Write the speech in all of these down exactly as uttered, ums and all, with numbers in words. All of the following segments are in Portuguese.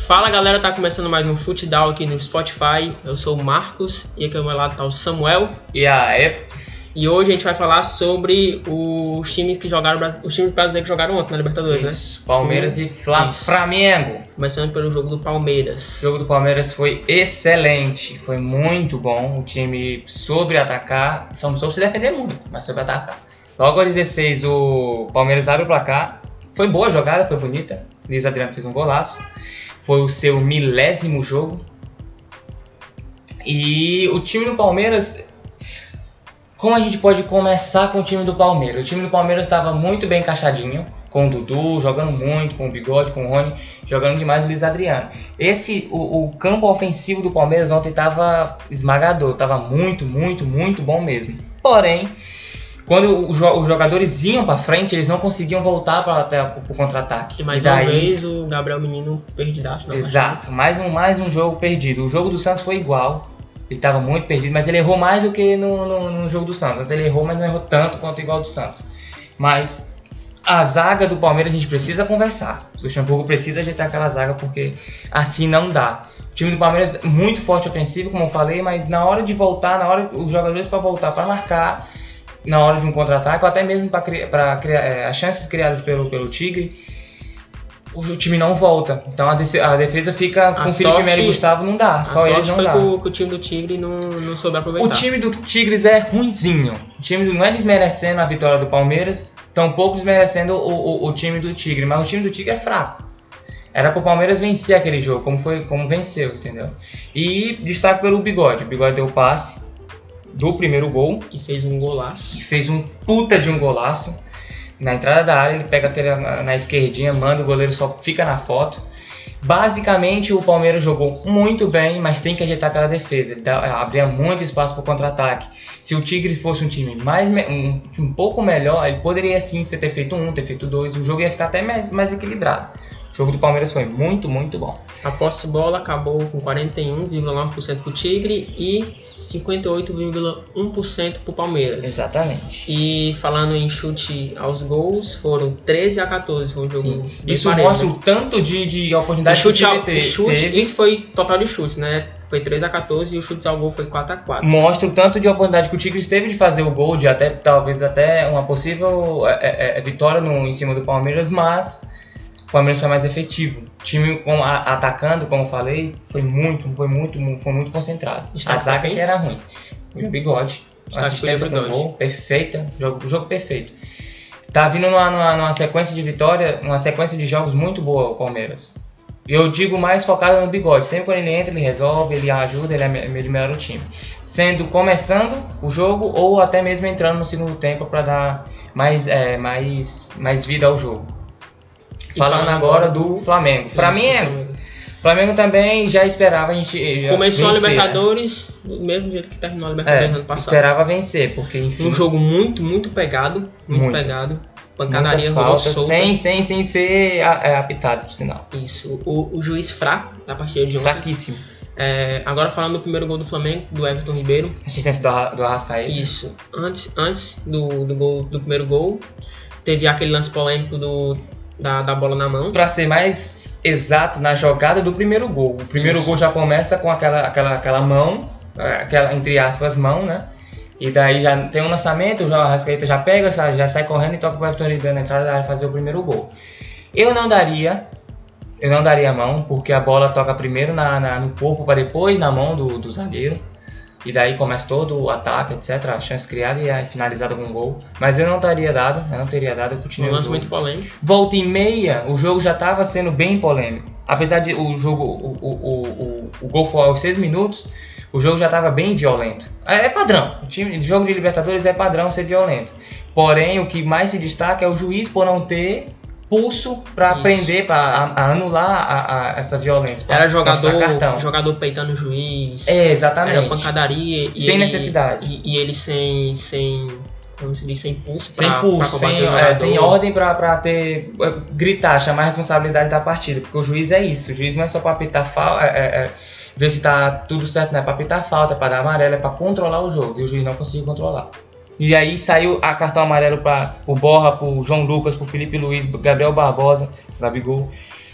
Fala galera, tá começando mais um Futedal aqui no Spotify. Eu sou o Marcos e aqui ao meu lado tá o Samuel. E aí? E hoje a gente vai falar sobre os times que jogaram, os times brasileiros que jogaram ontem na Libertadores, Isso, né? Palmeiras e Fla- Flamengo. Começando pelo jogo do Palmeiras. O jogo do Palmeiras foi excelente, foi muito bom. O time soube atacar, só não soube se defender muito, mas soube atacar. Logo aos dezesseis, o Palmeiras abre o placar. Foi boa a jogada, foi bonita. Luiz Adriano fez um golaço. Foi o seu milésimo jogo. E o time do Palmeiras... Como a gente pode começar com o time do Palmeiras? O time do Palmeiras estava muito bem encaixadinho. Com o Dudu, jogando muito, com o Bigode, com o Rony, jogando demais o Luiz Adriano. Esse, o, o campo ofensivo do Palmeiras ontem estava esmagador. Estava muito, muito, muito bom mesmo. Porém... Quando os jogadores iam para frente, eles não conseguiam voltar para o contra-ataque. E mais e daí... uma vez o Gabriel Menino perdidaço na Exato, mais um, mais um jogo perdido. O jogo do Santos foi igual, ele estava muito perdido, mas ele errou mais do que no, no, no jogo do Santos. Mas ele errou, mas não errou tanto quanto igual do Santos. Mas a zaga do Palmeiras a gente precisa conversar. O Luxemburgo precisa ajeitar aquela zaga, porque assim não dá. O time do Palmeiras é muito forte ofensivo, como eu falei, mas na hora de voltar, na hora os jogadores para voltar, para marcar... na hora de um contra-ataque, ou até mesmo para criar é, as chances criadas pelo, pelo Tigre, o, o time não volta. Então a, de, a defesa fica com o Felipe Melo e Gustavo, não dá. Só eles não foi dá. Que o, que o time do Tigre não, não soube aproveitar. O time do Tigres é ruinzinho. O time não é desmerecendo a vitória do Palmeiras, tampouco desmerecendo o, o, o time do Tigre, mas o time do Tigre é fraco. Era pro Palmeiras vencer aquele jogo, como, foi, como venceu, entendeu? E destaque pelo Bigode. O Bigode deu o passe do primeiro gol. E fez um golaço. E fez um puta de um golaço. Na entrada da área, ele pega aquele na esquerdinha, manda, o goleiro só fica na foto. Basicamente, o Palmeiras jogou muito bem, mas tem que ajeitar aquela defesa. Ele dá, abria muito espaço para o contra-ataque. Se o Tigre fosse um time mais um, um pouco melhor, ele poderia sim ter feito um, ter feito dois. O jogo ia ficar até mais, mais equilibrado. O jogo do Palmeiras foi muito, muito bom. A posse de bola acabou com quarenta e um vírgula nove por cento para o Tigre e cinquenta e oito vírgula um por cento para o Palmeiras. Exatamente. E falando em chute aos gols, foram treze a quatorze. Foi um jogo Sim. bem Isso parelho. Mostra o tanto de, de oportunidade chute que o time ao, teve. Chute, isso foi total de chutes, né? Foi treze a quatorze e o chute ao gol foi quatro a quatro. Mostra o tanto de oportunidade que o Tigre teve de fazer o gol, de até talvez até uma possível é, é, vitória no, em cima do Palmeiras, mas o Palmeiras foi mais efetivo. O time com, a, atacando, como eu falei, foi muito, foi muito, foi muito concentrado. Está a zaga bem? que era ruim. O Bigode, Está assistência com Bigode. gol, perfeita, jogo, jogo perfeito. Tá vindo numa, numa, numa sequência de vitória, uma sequência de jogos muito boa o Palmeiras. Eu digo mais focado no Bigode. Sempre quando ele entra, ele resolve, ele ajuda, ele, ele melhora o time. Sendo começando o jogo ou até mesmo entrando no segundo tempo para dar mais, é, mais, mais vida ao jogo. Falando agora do Flamengo. Isso, Flamengo. Flamengo também já esperava a gente. Já começou vencer, a Libertadores né? do mesmo jeito que terminou a Libertadores é, ano passado. Esperava vencer, porque enfim. Um jogo muito, muito pegado. Muito, muito. pegado. Pancadaria rolou solta. Sem, sem, sem ser apitados, por sinal. Isso. O, o juiz fraco da partida de ontem. Fraquíssimo. É, agora falando do primeiro gol do Flamengo, do Everton Ribeiro. Assistência do, do Arrascaeta. Isso. Antes, antes do, do, gol, do primeiro gol, teve aquele lance polêmico do. Da, da bola na mão. Pra ser mais exato, na jogada do primeiro gol. O primeiro Isso. gol já começa com aquela, aquela, aquela mão, aquela, entre aspas, mão, né? E daí já tem um lançamento, o Arrascaeta já pega, já sai correndo e toca pro Everton Ribeiro na entrada da área fazer o primeiro gol. Eu não daria, eu não daria a mão, porque a bola toca primeiro na, na, no corpo para depois na mão do, do zagueiro. E daí começa todo o ataque, etcétera. A chance criada e é finalizada com um gol. Mas eu não teria dado, eu não teria dado, eu continuei um o lance jogo. muito polêmico. Volta e meia, o jogo já estava sendo bem polêmico. Apesar de o jogo, o, o, o, o, o gol for aos seis minutos, o jogo já estava bem violento. É, é padrão, o time de jogo de Libertadores é padrão ser violento. Porém, o que mais se destaca é o juiz por não ter pulso para prender, para anular a, a, essa violência. Era jogador, jogador peitando o juiz. É, exatamente. Era pancadaria. Sem ele, necessidade. E, e ele sem, sem, como se diz, sem pulso. Sem pra, pulso, pra sem, é, sem ordem para ter, gritar, chamar a responsabilidade da partida. Porque o juiz é isso, o juiz não é só para apitar falta, é, é, ver se tá tudo certo, não é para apitar falta, é para dar amarelo, é para controlar o jogo. E o juiz não conseguiu controlar. E aí saiu a cartão amarelo para o Borra, para o João Lucas, para o Felipe Luiz, Gabriel Barbosa, Gabigol.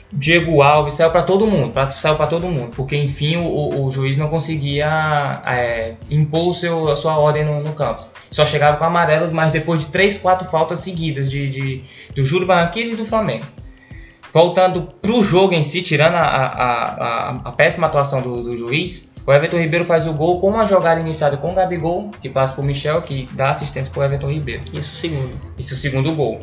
Diego Alves, saiu para todo mundo, pra, saiu para todo mundo, porque enfim o, o juiz não conseguia é, impor o seu, a sua ordem no, no campo. Só chegava com amarelo, mas depois de três, quatro faltas seguidas de, de, do Júlio Barranquilla e do Flamengo. Voltando para o jogo em si, tirando a, a, a, a péssima atuação do, do juiz, o Everton Ribeiro faz o gol com uma jogada iniciada com o Gabigol, que passa por Michel, que dá assistência para o Everton Ribeiro. Isso o segundo. Isso o segundo gol.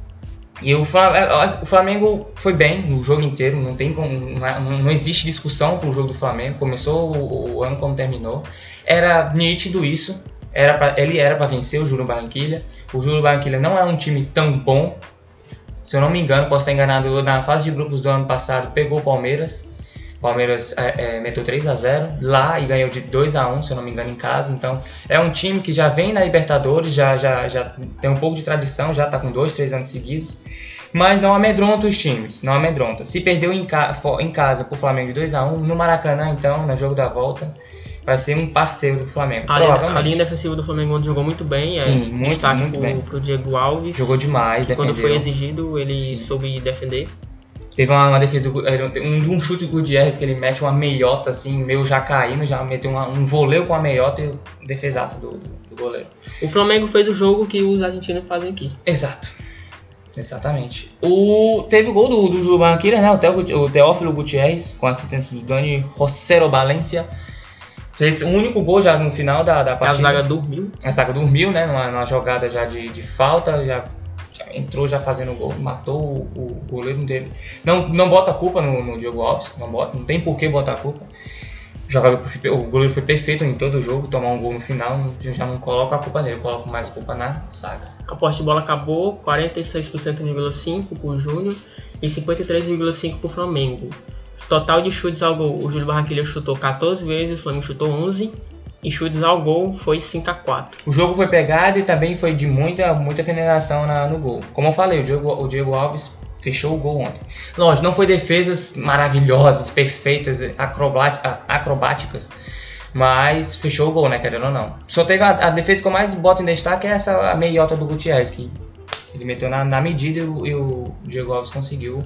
E o Flamengo foi bem no jogo inteiro, não, tem como, não existe discussão com o jogo do Flamengo. Começou o, o ano como terminou. Era nítido isso, era pra, ele era para vencer o Júlio Barranquilla. O Júlio Barranquilla não é um time tão bom. Se eu não me engano, posso estar enganado, na fase de grupos do ano passado pegou o Palmeiras. O Palmeiras é, é, meteu três a zero lá e ganhou de dois a um, se eu não me engano, em casa. Então é um time que já vem na Libertadores, já, já, já tem um pouco de tradição, já está com dois, três anos seguidos. Mas não amedronta os times, não amedronta. Se perdeu em, ca em casa para o Flamengo de dois a um, no Maracanã, então, no jogo da volta, vai ser um passeio do Flamengo. A linha, a linha defensiva do Flamengo jogou muito bem. Sim, é, muito, destaque muito pro, bem. pro Diego Alves. Jogou demais, defendeu. Quando foi exigido, ele Sim. soube defender. Teve uma, uma defesa, do, um, um chute do Gutierrez que ele mete uma meiota assim, meio já caindo, já meteu uma, um voleio com a meiota e defesaça do, do, do goleiro. O Flamengo fez o jogo que os argentinos fazem aqui. Exato. Exatamente. O, teve o gol do, do Júlio Barranquilla, né? O, Teo, o Teófilo Gutierrez, com a assistência do Dani Rosero Valencia. Fez o único gol já no final da, da partida. A zaga dormiu. A zaga dormiu, né? Numa, numa jogada já de, de falta, já, já entrou já fazendo o gol, matou o, o goleiro dele. Não, não bota a culpa no, no Diego Alves, não bota, não tem por que botar a culpa. O, jogador, o goleiro foi perfeito em todo o jogo, tomar um gol no final, já não coloco a culpa nele, eu coloco mais a culpa na zaga. A posse de bola acabou, quarenta e seis por cento vírgula cinco por cento para o Júnior e cinquenta e três vírgula cinco por cento para o Flamengo. Total de chutes ao gol, o Júlio Barranquilla chutou quatorze vezes, o Flamengo chutou onze e chutes ao gol foi cinco a quatro. O jogo foi pegado e também foi de muita, muita finalização na, no gol. Como eu falei, o Diego, o Diego Alves fechou o gol ontem. Lógico, não foi defesas maravilhosas, perfeitas, acrobáticas, mas fechou o gol, né, querendo ou não. Só teve a, a defesa que eu mais boto em destaque é essa a meiota do Gutierrez, que ele meteu na, na medida e o, e o Diego Alves conseguiu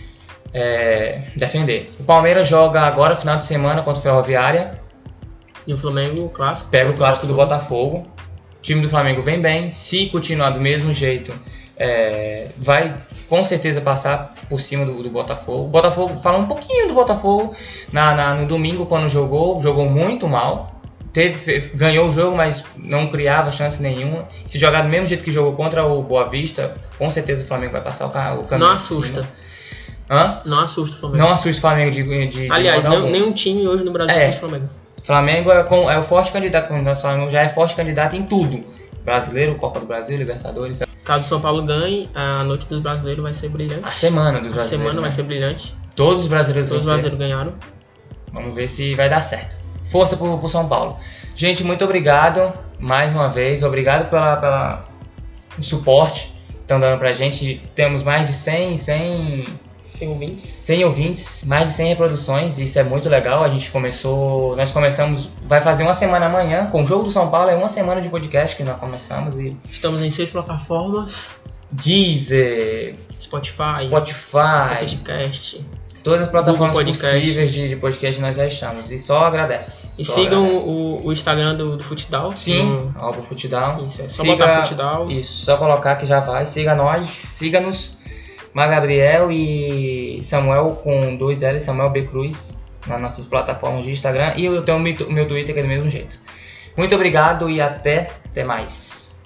é, defender. O Palmeiras joga agora, final de semana, contra o Ferroviária. E o Flamengo, o clássico. Pega o clássico do Botafogo. O time do Flamengo vem bem, se continuar do mesmo jeito, é, vai com certeza passar por cima do, do Botafogo. O Botafogo, fala um pouquinho do Botafogo na, na, no domingo quando jogou, jogou muito mal. Teve, ganhou o jogo, mas não criava chance nenhuma. Se jogar do mesmo jeito que jogou contra o Boa Vista, com certeza o Flamengo vai passar o, o caminho. Não assusta. Hã? Não assusta o Flamengo. Não assusta o Flamengo de, de Aliás, de nenhum, nenhum time hoje no Brasil é. assusta o Flamengo. Flamengo é, com, é o forte candidato, como nós falamos, já é forte candidato em tudo. Brasileiro, Copa do Brasil, Libertadores. Caso o São Paulo ganhe, a noite dos brasileiros vai ser brilhante. A semana dos a brasileiros. A semana né? vai ser brilhante. Todos os brasileiros Todos os brasileiros ganharam. Vamos ver se vai dar certo. Força pro, pro São Paulo. Gente, muito obrigado mais uma vez. Obrigado pela, pela o suporte que estão dando pra gente. Temos mais de cem, cem, cem ouvintes. cem ouvintes, mais de cem reproduções. Isso é muito legal. A gente começou, nós começamos, vai fazer uma semana amanhã com o jogo do São Paulo. É uma semana de podcast que nós começamos e estamos em seis plataformas: Deezer, Spotify, Spotify, podcast. Todas as plataformas possíveis de, de podcast nós já estamos. E só agradece. E só sigam agradece. O, o Instagram do, do Futdown. Sim, no... Álbum Futdown. Isso, é só Siga... botar Futdown. Isso, só colocar que já vai. Siga nós, siga-nos. Gabriel e Samuel com dois L's, Samuel B. Cruz, nas nossas plataformas de Instagram. E eu tenho o meu Twitter que é do mesmo jeito. Muito obrigado e até, até mais.